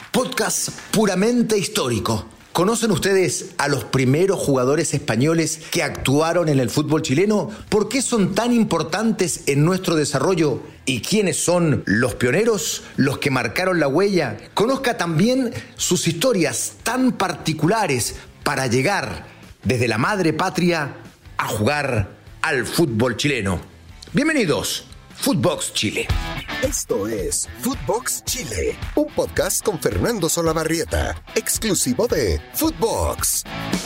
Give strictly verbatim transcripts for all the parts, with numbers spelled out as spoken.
Podcast puramente histórico. ¿Conocen ustedes a los primeros jugadores españoles que actuaron en el fútbol chileno? ¿Por qué son tan importantes en nuestro desarrollo? ¿Y quiénes son los pioneros, los que marcaron la huella? Conozca también sus historias tan particulares para llegar desde la madre patria a jugar al fútbol chileno. Bienvenidos, Footbox Chile. Esto es Footbox Chile, un podcast con Fernando Solabarrieta, exclusivo de Footbox.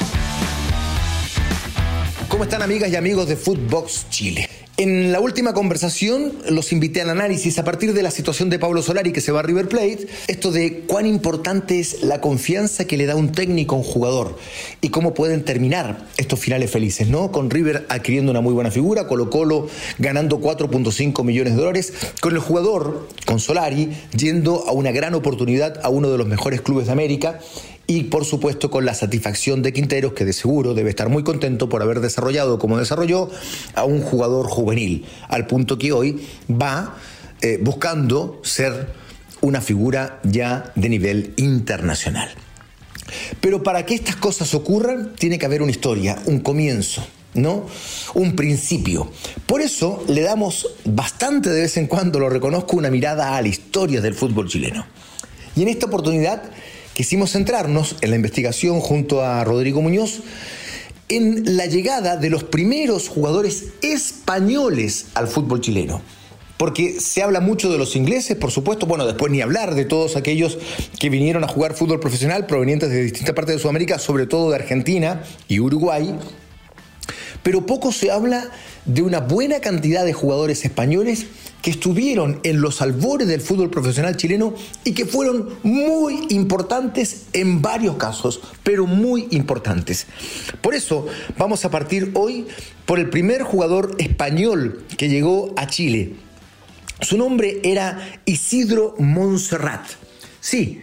¿Cómo están, amigas y amigos de Footbox Chile? En la última conversación los invité al análisis a partir de la situación de Pablo Solari, que se va a River Plate, esto de cuán importante es la confianza que le da un técnico a un jugador y cómo pueden terminar estos finales felices, ¿no? Con River adquiriendo una muy buena figura, Colo-Colo ganando cuatro punto cinco millones de dólares, con el jugador, con Solari, yendo a una gran oportunidad a uno de los mejores clubes de América. Y por supuesto con la satisfacción de Quinteros, que de seguro debe estar muy contento por haber desarrollado como desarrolló a un jugador juvenil, al punto que hoy va eh, buscando ser una figura ya de nivel internacional. Pero para que estas cosas ocurran tiene que haber una historia, un comienzo, ¿no? Un principio. Por eso le damos bastante de vez en cuando, lo reconozco, una mirada a la historia del fútbol chileno. Y en esta oportunidad quisimos centrarnos en la investigación junto a Rodrigo Muñoz en la llegada de los primeros jugadores españoles al fútbol chileno. Porque se habla mucho de los ingleses, por supuesto, bueno, después ni hablar de todos aquellos que vinieron a jugar fútbol profesional provenientes de distintas partes de Sudamérica, sobre todo de Argentina y Uruguay. Pero poco se habla de una buena cantidad de jugadores españoles que estuvieron en los albores del fútbol profesional chileno y que fueron muy importantes en varios casos, pero muy importantes. Por eso vamos a partir hoy por el primer jugador español que llegó a Chile. Su nombre era Isidro Monserrat. Sí,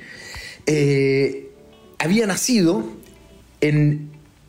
eh, había nacido en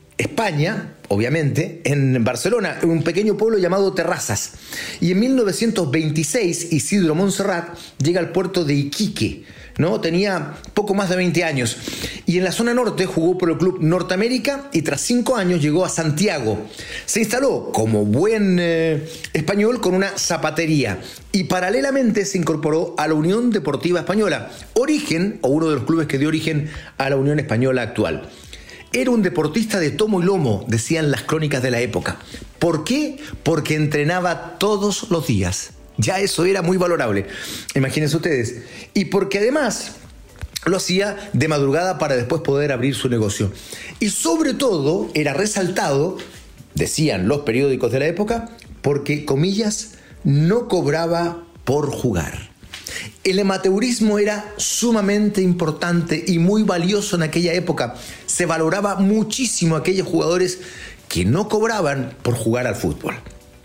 España, obviamente, en Barcelona, en un pequeño pueblo llamado Terrazas. Y en mil novecientos veintiséis, Isidro Monserrat llega al puerto de Iquique, ¿no? Tenía poco más de veinte años. Y en la zona norte jugó por el club Norteamérica y tras cinco años llegó a Santiago. Se instaló como buen eh, español con una zapatería y paralelamente se incorporó a la Unión Deportiva Española, origen, o uno de los clubes que dio origen a la Unión Española actual. Era un deportista de tomo y lomo, decían las crónicas de la época. ¿Por qué? Porque entrenaba todos los días. Ya eso era muy valorable, imagínense ustedes. Y porque además lo hacía de madrugada para después poder abrir su negocio. Y sobre todo era resaltado, decían los periódicos de la época, porque, comillas, no cobraba por jugar. El amateurismo era sumamente importante y muy valioso en aquella época. Se valoraba muchísimo a aquellos jugadores que no cobraban por jugar al fútbol.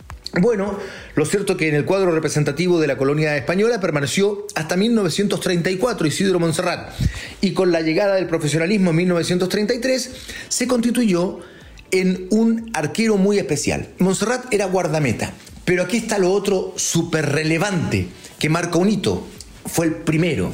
Bueno, lo cierto es que en el cuadro representativo de la colonia española permaneció hasta mil novecientos treinta y cuatro Isidro Monserrat, y con la llegada del profesionalismo en mil novecientos treinta y tres se constituyó en un arquero muy especial. Monserrat era guardameta, pero aquí está lo otro súper relevante que marca un hito. Fue el primero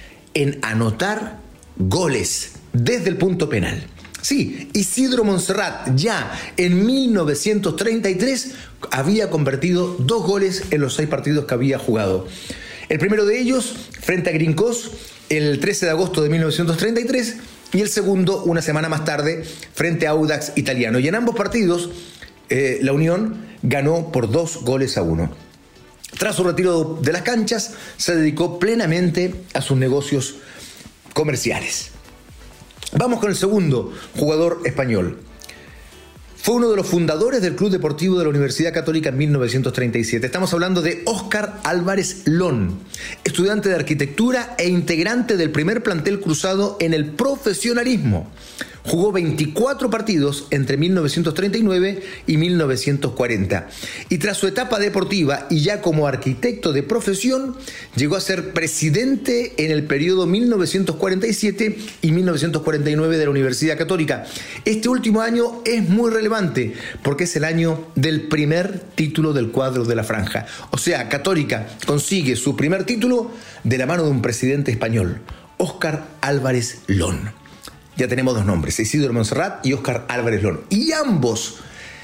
en anotar goles desde el punto penal. Sí, Isidro Monserrat ya en mil novecientos treinta y tres había convertido dos goles en los seis partidos que había jugado. El primero de ellos frente a Grincós el trece de agosto de mil novecientos treinta y tres y el segundo una semana más tarde frente a Audax Italiano. Y en ambos partidos eh, la Unión ganó por dos goles a uno. Tras su retiro de las canchas, se dedicó plenamente a sus negocios comerciales. Vamos con el segundo jugador español. Fue uno de los fundadores del Club Deportivo de la Universidad Católica en mil novecientos treinta y siete. Estamos hablando de Óscar Álvarez Lón, estudiante de arquitectura e integrante del primer plantel cruzado en el profesionalismo. Jugó veinticuatro partidos entre mil novecientos treinta y nueve y mil novecientos cuarenta. Y tras su etapa deportiva y ya como arquitecto de profesión, llegó a ser presidente en el periodo mil novecientos cuarenta y siete y mil novecientos cuarenta y nueve de la Universidad Católica. Este último año es muy relevante porque es el año del primer título del cuadro de la franja. O sea, Católica consigue su primer título de la mano de un presidente español. Óscar Álvarez Lón. Ya tenemos dos nombres, Isidro Monserrat y Óscar Álvarez Lón. Y ambos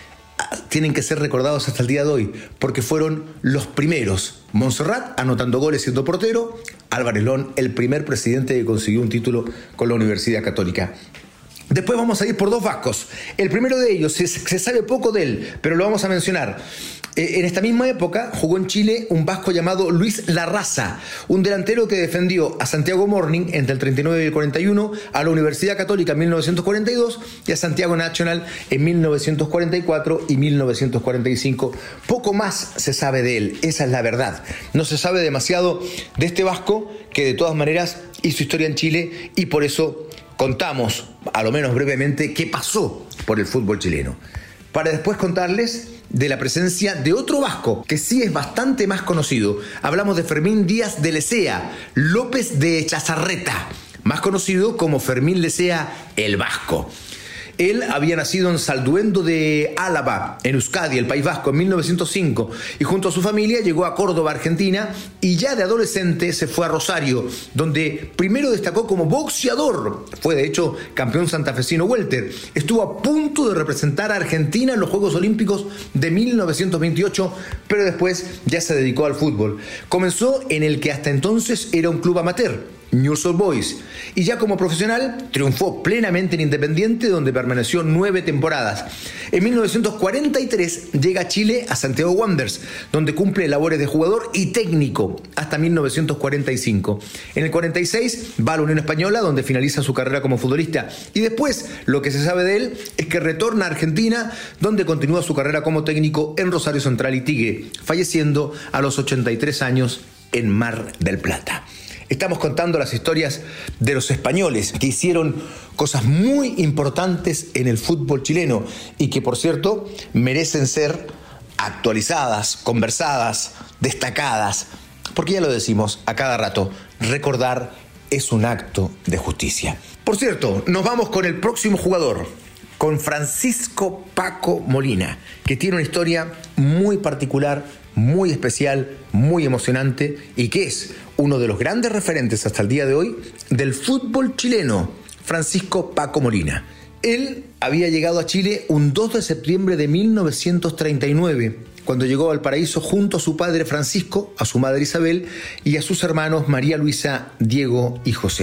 tienen que ser recordados hasta el día de hoy, porque fueron los primeros. Monserrat anotando goles siendo portero, Álvarez Lón el primer presidente que consiguió un título con la Universidad Católica. Después vamos a ir por dos vascos. El primero de ellos, se, se sabe poco de él, pero lo vamos a mencionar. Eh, en esta misma época jugó en Chile un vasco llamado Luis Larraza, un delantero que defendió a Santiago Morning entre el treinta y nueve y el cuarenta y uno, a la Universidad Católica en mil novecientos cuarenta y dos y a Santiago National en mil novecientos cuarenta y cuatro y mil novecientos cuarenta y cinco. Poco más se sabe de él, esa es la verdad. No se sabe demasiado de este vasco que de todas maneras hizo historia en Chile y por eso contamos, a lo menos brevemente, qué pasó por el fútbol chileno. Para después contarles de la presencia de otro vasco, que sí es bastante más conocido. Hablamos de Fermín Díaz de Lecea, López de Chazarreta, más conocido como Fermín Lecea el Vasco. Él había nacido en Salduendo de Álava, en Euskadi, el País Vasco, en mil novecientos cinco, y junto a su familia llegó a Córdoba, Argentina, y ya de adolescente se fue a Rosario, donde primero destacó como boxeador. Fue de hecho campeón santafesino welter. Estuvo a punto de representar a Argentina en los Juegos Olímpicos de mil novecientos veintiocho, pero después ya se dedicó al fútbol. Comenzó en el que hasta entonces era un club amateur, Newell's Old Boys, y ya como profesional triunfó plenamente en Independiente, donde permaneció nueve temporadas. En mil novecientos cuarenta y tres llega a Chile a Santiago Wanderers, donde cumple labores de jugador y técnico hasta mil novecientos cuarenta y cinco. En el cuarenta y seis va a la Unión Española, donde finaliza su carrera como futbolista, y después lo que se sabe de él es que retorna a Argentina, donde continúa su carrera como técnico en Rosario Central y Tigre, falleciendo a los ochenta y tres años en Mar del Plata. Estamos contando las historias de los españoles que hicieron cosas muy importantes en el fútbol chileno y que, por cierto, merecen ser actualizadas, conversadas, destacadas, porque ya lo decimos a cada rato, recordar es un acto de justicia. Por cierto, nos vamos con el próximo jugador, con Francisco Paco Molina, que tiene una historia muy particular, muy especial, muy emocionante y que es uno de los grandes referentes hasta el día de hoy del fútbol chileno, Francisco Paco Molina. Él había llegado a Chile un dos de septiembre de mil novecientos treinta y nueve, cuando llegó a Valparaíso junto a su padre Francisco, a su madre Isabel y a sus hermanos María Luisa, Diego y José.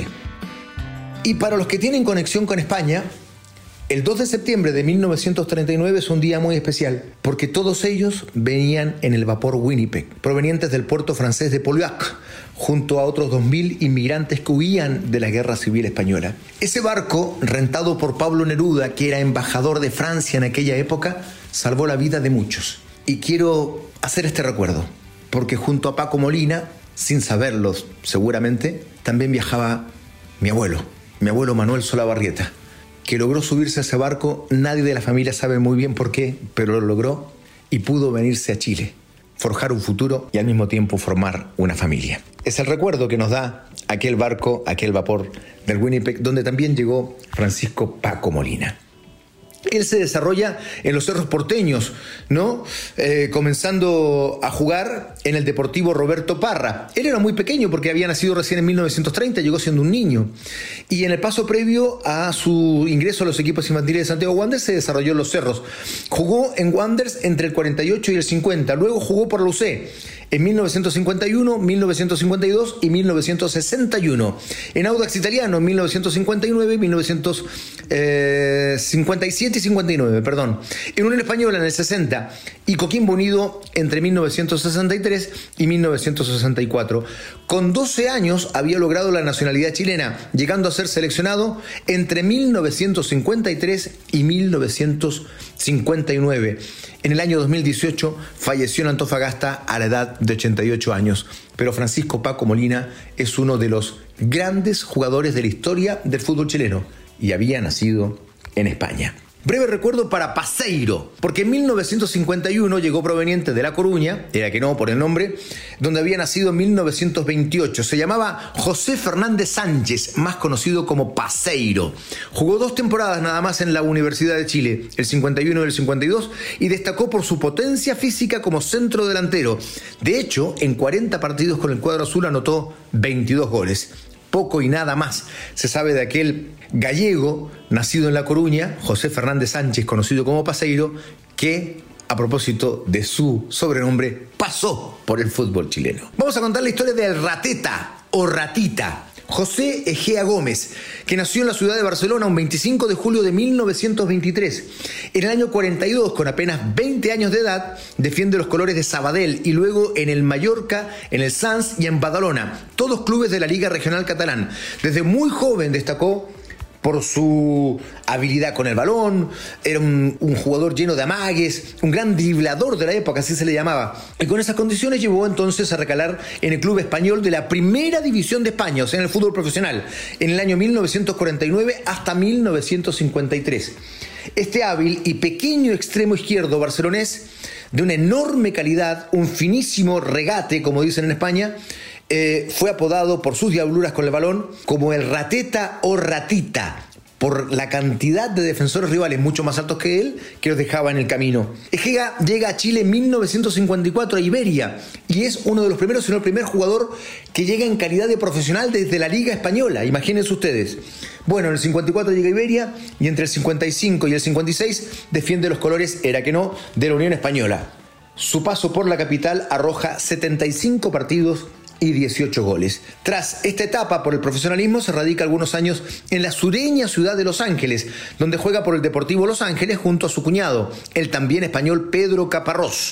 Y para los que tienen conexión con España, el dos de septiembre de mil novecientos treinta y nueve es un día muy especial, porque todos ellos venían en el vapor Winnipeg, provenientes del puerto francés de Pauillac, junto a otros dos mil inmigrantes que huían de la Guerra Civil Española. Ese barco, rentado por Pablo Neruda, que era embajador de Francia en aquella época, salvó la vida de muchos. Y quiero hacer este recuerdo, porque junto a Paco Molina, sin saberlo seguramente, también viajaba mi abuelo, mi abuelo Manuel Solabarrieta, que logró subirse a ese barco. Nadie de la familia sabe muy bien por qué, pero lo logró y pudo venirse a Chile, forjar un futuro y al mismo tiempo formar una familia. Es el recuerdo que nos da aquel barco, aquel vapor del Winnipeg, donde también llegó Francisco Paco Molina. Él se desarrolla en los cerros porteños, ¿no? Eh, comenzando a jugar en el Deportivo Roberto Parra. Él era muy pequeño porque había nacido recién en mil novecientos treinta, llegó siendo un niño. Y en el paso previo a su ingreso a los equipos infantiles de Santiago Wanderers se desarrolló en los cerros. Jugó en Wanderers entre el cuarenta y ocho y el cincuenta, luego jugó por la U C en mil novecientos cincuenta y uno, mil novecientos cincuenta y dos y mil novecientos sesenta y uno. En Audax Italiano en mil novecientos cincuenta y nueve, mil novecientos cincuenta y siete y cincuenta y nueve, perdón. En Unión Española en el sesenta y Coquimbo Unido entre mil novecientos sesenta y tres y mil novecientos sesenta y cuatro. Con doce años había logrado la nacionalidad chilena, llegando a ser seleccionado entre mil novecientos cincuenta y tres y mil novecientos cincuenta y nueve. En el año dos mil dieciocho falleció en Antofagasta a la edad de ochenta y ocho años. Pero Francisco Paco Molina es uno de los grandes jugadores de la historia del fútbol chileno y había nacido en España. Breve recuerdo para Paseiro, porque en mil novecientos cincuenta y uno llegó proveniente de La Coruña, era que no por el nombre, donde había nacido en mil novecientos veintiocho. Se llamaba José Fernández Sánchez, más conocido como Paseiro. Jugó dos temporadas nada más en la Universidad de Chile, el cincuenta y uno y el cincuenta y dos, y destacó por su potencia física como centro delantero. De hecho, en cuarenta partidos con el cuadro azul anotó veintidós goles. Poco y nada más se sabe de aquel gallego nacido en La Coruña, José Fernández Sánchez, conocido como Paseiro, que, a propósito de su sobrenombre, pasó por el fútbol chileno. Vamos a contar la historia del Rateta o Ratita, José Egea Gómez, que nació en la ciudad de Barcelona un veinticinco de julio de mil novecientos veintitrés. En el año cuarenta y dos, con apenas veinte años de edad, defiende los colores de Sabadell y luego en el Mallorca, en el Sants y en Badalona, todos clubes de la Liga Regional Catalán. Desde muy joven destacó por su habilidad con el balón, era un, un jugador lleno de amagues, un gran driblador de la época, así se le llamaba. Y con esas condiciones llevó entonces a recalar en el club español de la primera división de España, o sea, en el fútbol profesional, en el año mil novecientos cuarenta y nueve hasta mil novecientos cincuenta y tres. Este hábil y pequeño extremo izquierdo barcelonés, de una enorme calidad, un finísimo regate, como dicen en España, Eh, fue apodado por sus diabluras con el balón como el Rateta o Ratita, por la cantidad de defensores rivales mucho más altos que él que los dejaba en el camino. Egea llega a Chile en mil novecientos cincuenta y cuatro a Iberia y es uno de los primeros, si no el primer jugador que llega en calidad de profesional desde la Liga Española, imagínense ustedes. Bueno, en el cincuenta y cuatro llega a Iberia y entre el cincuenta y cinco y el cincuenta y seis defiende los colores, era que no, de la Unión Española. Su paso por la capital arroja setenta y cinco partidos y dieciocho goles. Tras esta etapa por el profesionalismo se radica algunos años en la sureña ciudad de Los Ángeles, donde juega por el Deportivo Los Ángeles junto a su cuñado, el también español Pedro Caparrós,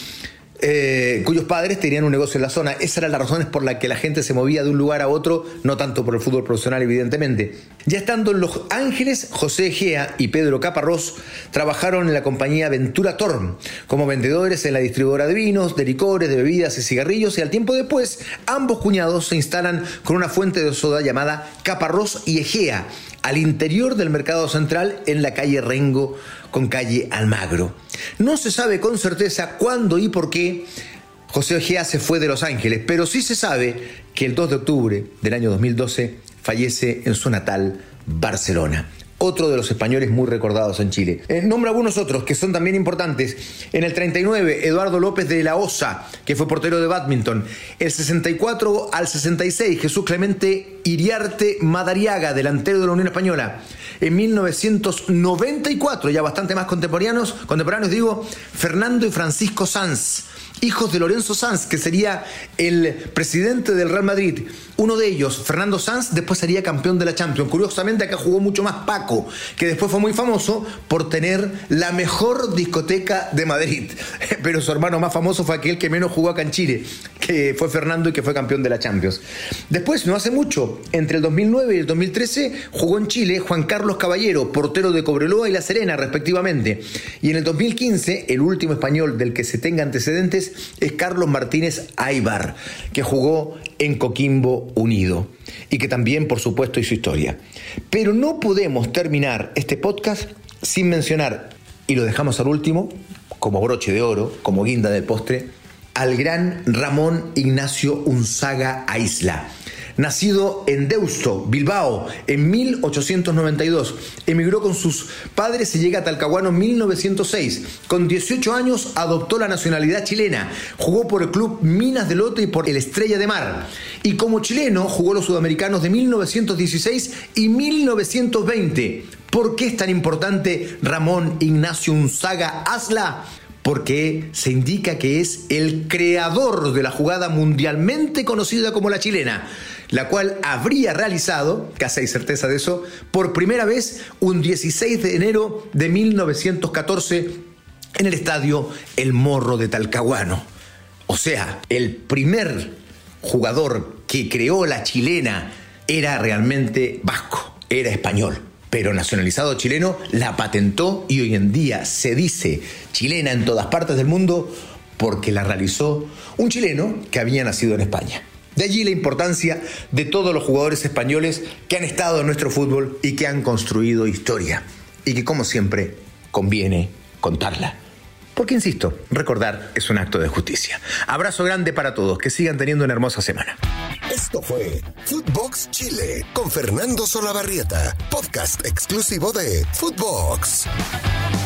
eh, cuyos padres tenían un negocio en la zona. Esas eran las razones por las que la gente se movía de un lugar a otro, no tanto por el fútbol profesional, evidentemente. Ya estando en Los Ángeles, José Egea y Pedro Caparrós trabajaron en la compañía Ventura Torm como vendedores en la distribuidora de vinos, de licores, de bebidas y cigarrillos, y al tiempo después ambos cuñados se instalan con una fuente de soda llamada Caparrós y Egea al interior del mercado central en la calle Rengo con calle Almagro. No se sabe con certeza cuándo y por qué José Egea se fue de Los Ángeles, pero sí se sabe que el dos de octubre del año dos mil doce fallece en su natal Barcelona. Otro de los españoles muy recordados en Chile. Eh, nombra algunos otros que son también importantes. En el treinta y nueve, Eduardo López de la Osa, que fue portero de bádminton. El sesenta y cuatro al sesenta y seis, Jesús Clemente Iriarte Madariaga, delantero de la Unión Española. En mil novecientos noventa y cuatro, ya bastante más contemporáneos, contemporáneos digo, Fernando y Francisco Sanz, hijos de Lorenzo Sanz, que sería el presidente del Real Madrid. Uno de ellos, Fernando Sanz, después sería campeón de la Champions. Curiosamente, acá jugó mucho más Paco, que después fue muy famoso por tener la mejor discoteca de Madrid. Pero su hermano más famoso fue aquel que menos jugó acá en Chile, que fue Fernando y que fue campeón de la Champions. Después, no hace mucho, entre el dos mil nueve y el dos mil trece, jugó en Chile Juan Carlos Caballero, portero de Cobreloa y La Serena, respectivamente. Y en el dos mil quince, el último español del que se tenga antecedentes es Carlos Martínez Aybar, que jugó en Coquimbo Unido y que también, por supuesto, hizo historia. Pero no podemos terminar este podcast sin mencionar, y lo dejamos al último, como broche de oro, como guinda del postre, al gran Ramón Ignacio Unzaga Aisla. Nacido en Deusto, Bilbao, en mil ochocientos noventa y dos, emigró con sus padres y llega a Talcahuano en mil novecientos seis. Con dieciocho años adoptó la nacionalidad chilena, jugó por el club Minas de Lote y por el Estrella de Mar. Y como chileno jugó los sudamericanos de mil novecientos dieciséis y mil novecientos veinte. ¿Por qué es tan importante Ramón Ignacio Unzaga Aisla? Porque se indica que es el creador de la jugada mundialmente conocida como la chilena, la cual habría realizado, casi hay certeza de eso, por primera vez un dieciséis de enero de mil novecientos catorce en el estadio El Morro de Talcahuano. O sea, el primer jugador que creó la chilena era realmente vasco, era español, pero nacionalizado chileno, la patentó y hoy en día se dice chilena en todas partes del mundo porque la realizó un chileno que había nacido en España. De allí la importancia de todos los jugadores españoles que han estado en nuestro fútbol y que han construido historia. Y que, como siempre, conviene contarla. Porque, insisto, recordar es un acto de justicia. Abrazo grande para todos. Que sigan teniendo una hermosa semana. Esto fue Footbox Chile con Fernando Solabarrieta, podcast exclusivo de Footbox.